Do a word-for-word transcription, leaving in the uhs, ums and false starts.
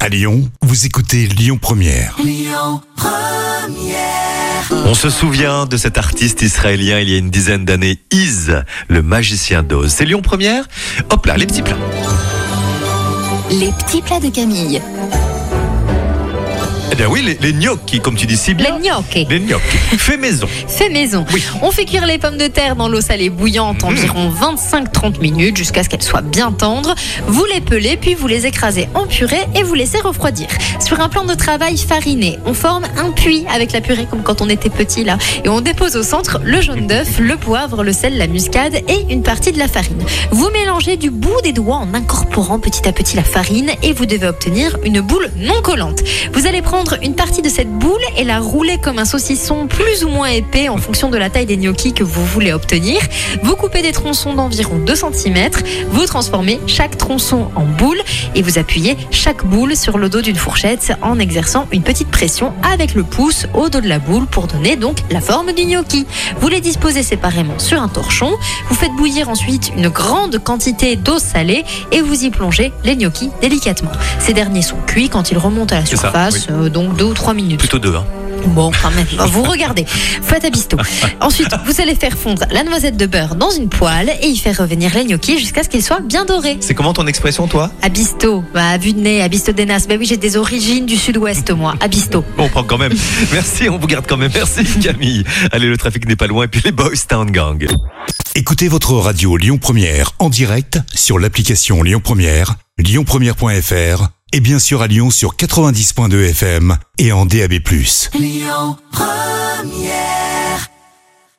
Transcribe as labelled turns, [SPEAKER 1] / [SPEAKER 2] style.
[SPEAKER 1] À Lyon, vous écoutez Lyon Première.
[SPEAKER 2] Lyon Première.
[SPEAKER 3] On se souvient de cet artiste israélien il y a une dizaine d'années, Iz, le magicien d'Oz. C'est Lyon Première. Hop là, les petits plats.
[SPEAKER 4] Les petits plats de Camille.
[SPEAKER 3] Eh bien oui, les, les gnocchis, comme tu dis si bien.
[SPEAKER 4] Les gnocchis.
[SPEAKER 3] Les gnocchis. Fait maison.
[SPEAKER 4] Fait maison.
[SPEAKER 3] Oui.
[SPEAKER 4] On fait cuire les pommes de terre dans l'eau salée bouillante
[SPEAKER 3] Mmh.
[SPEAKER 4] environ vingt-cinq à trente minutes jusqu'à ce qu'elles soient bien tendres. Vous les pelez, puis vous les écrasez en purée et vous laissez refroidir. Sur un plan de travail fariné, on forme un puits avec la purée comme quand on était petit là. Et on dépose au centre le jaune d'œuf, le poivre, le sel, la muscade et une partie de la farine. Vous mélangez du bout des doigts en incorporant petit à petit la farine et vous devez obtenir une boule non collante. Vous allez prendre une partie de cette boule et la rouler comme un saucisson plus ou moins épais en fonction de la taille des gnocchis que vous voulez obtenir. Vous coupez des tronçons d'environ deux centimètres, vous transformez chaque tronçon en boule et vous appuyez chaque boule sur le dos d'une fourchette en exerçant une petite pression avec le pouce au dos de la boule pour donner donc la forme du gnocchi. Vous les disposez séparément sur un torchon, vous faites bouillir ensuite une grande quantité d'eau salée et vous y plongez les gnocchis délicatement. Ces derniers sont cuits quand ils remontent à la
[SPEAKER 3] C'est ça,
[SPEAKER 4] surface,
[SPEAKER 3] oui.
[SPEAKER 4] euh, donc deux ou trois minutes.
[SPEAKER 3] Plutôt deux, hein.
[SPEAKER 4] Bon, quand même, vous regardez. Faites à bisto. Ensuite, vous allez faire fondre la noisette de beurre dans une poêle et y faire revenir les gnocchis jusqu'à ce qu'ils soient bien dorés.
[SPEAKER 3] C'est comment ton expression, toi?
[SPEAKER 4] À bisto, bah, à vue de nez, à bisto des Nas. Bah oui, j'ai des origines du sud-ouest, moi. À bisto.
[SPEAKER 3] Bon, on prend quand même. Merci, on vous garde quand même. Merci Camille. Allez, le trafic n'est pas loin. Et puis les Boys Town Gang.
[SPEAKER 1] Écoutez votre radio Lyon Première en direct sur l'application Lyon Première, lyon première point f r et bien sûr à Lyon sur quatre-vingt-dix point deux F M et en D A B plus.
[SPEAKER 2] Lyon Première.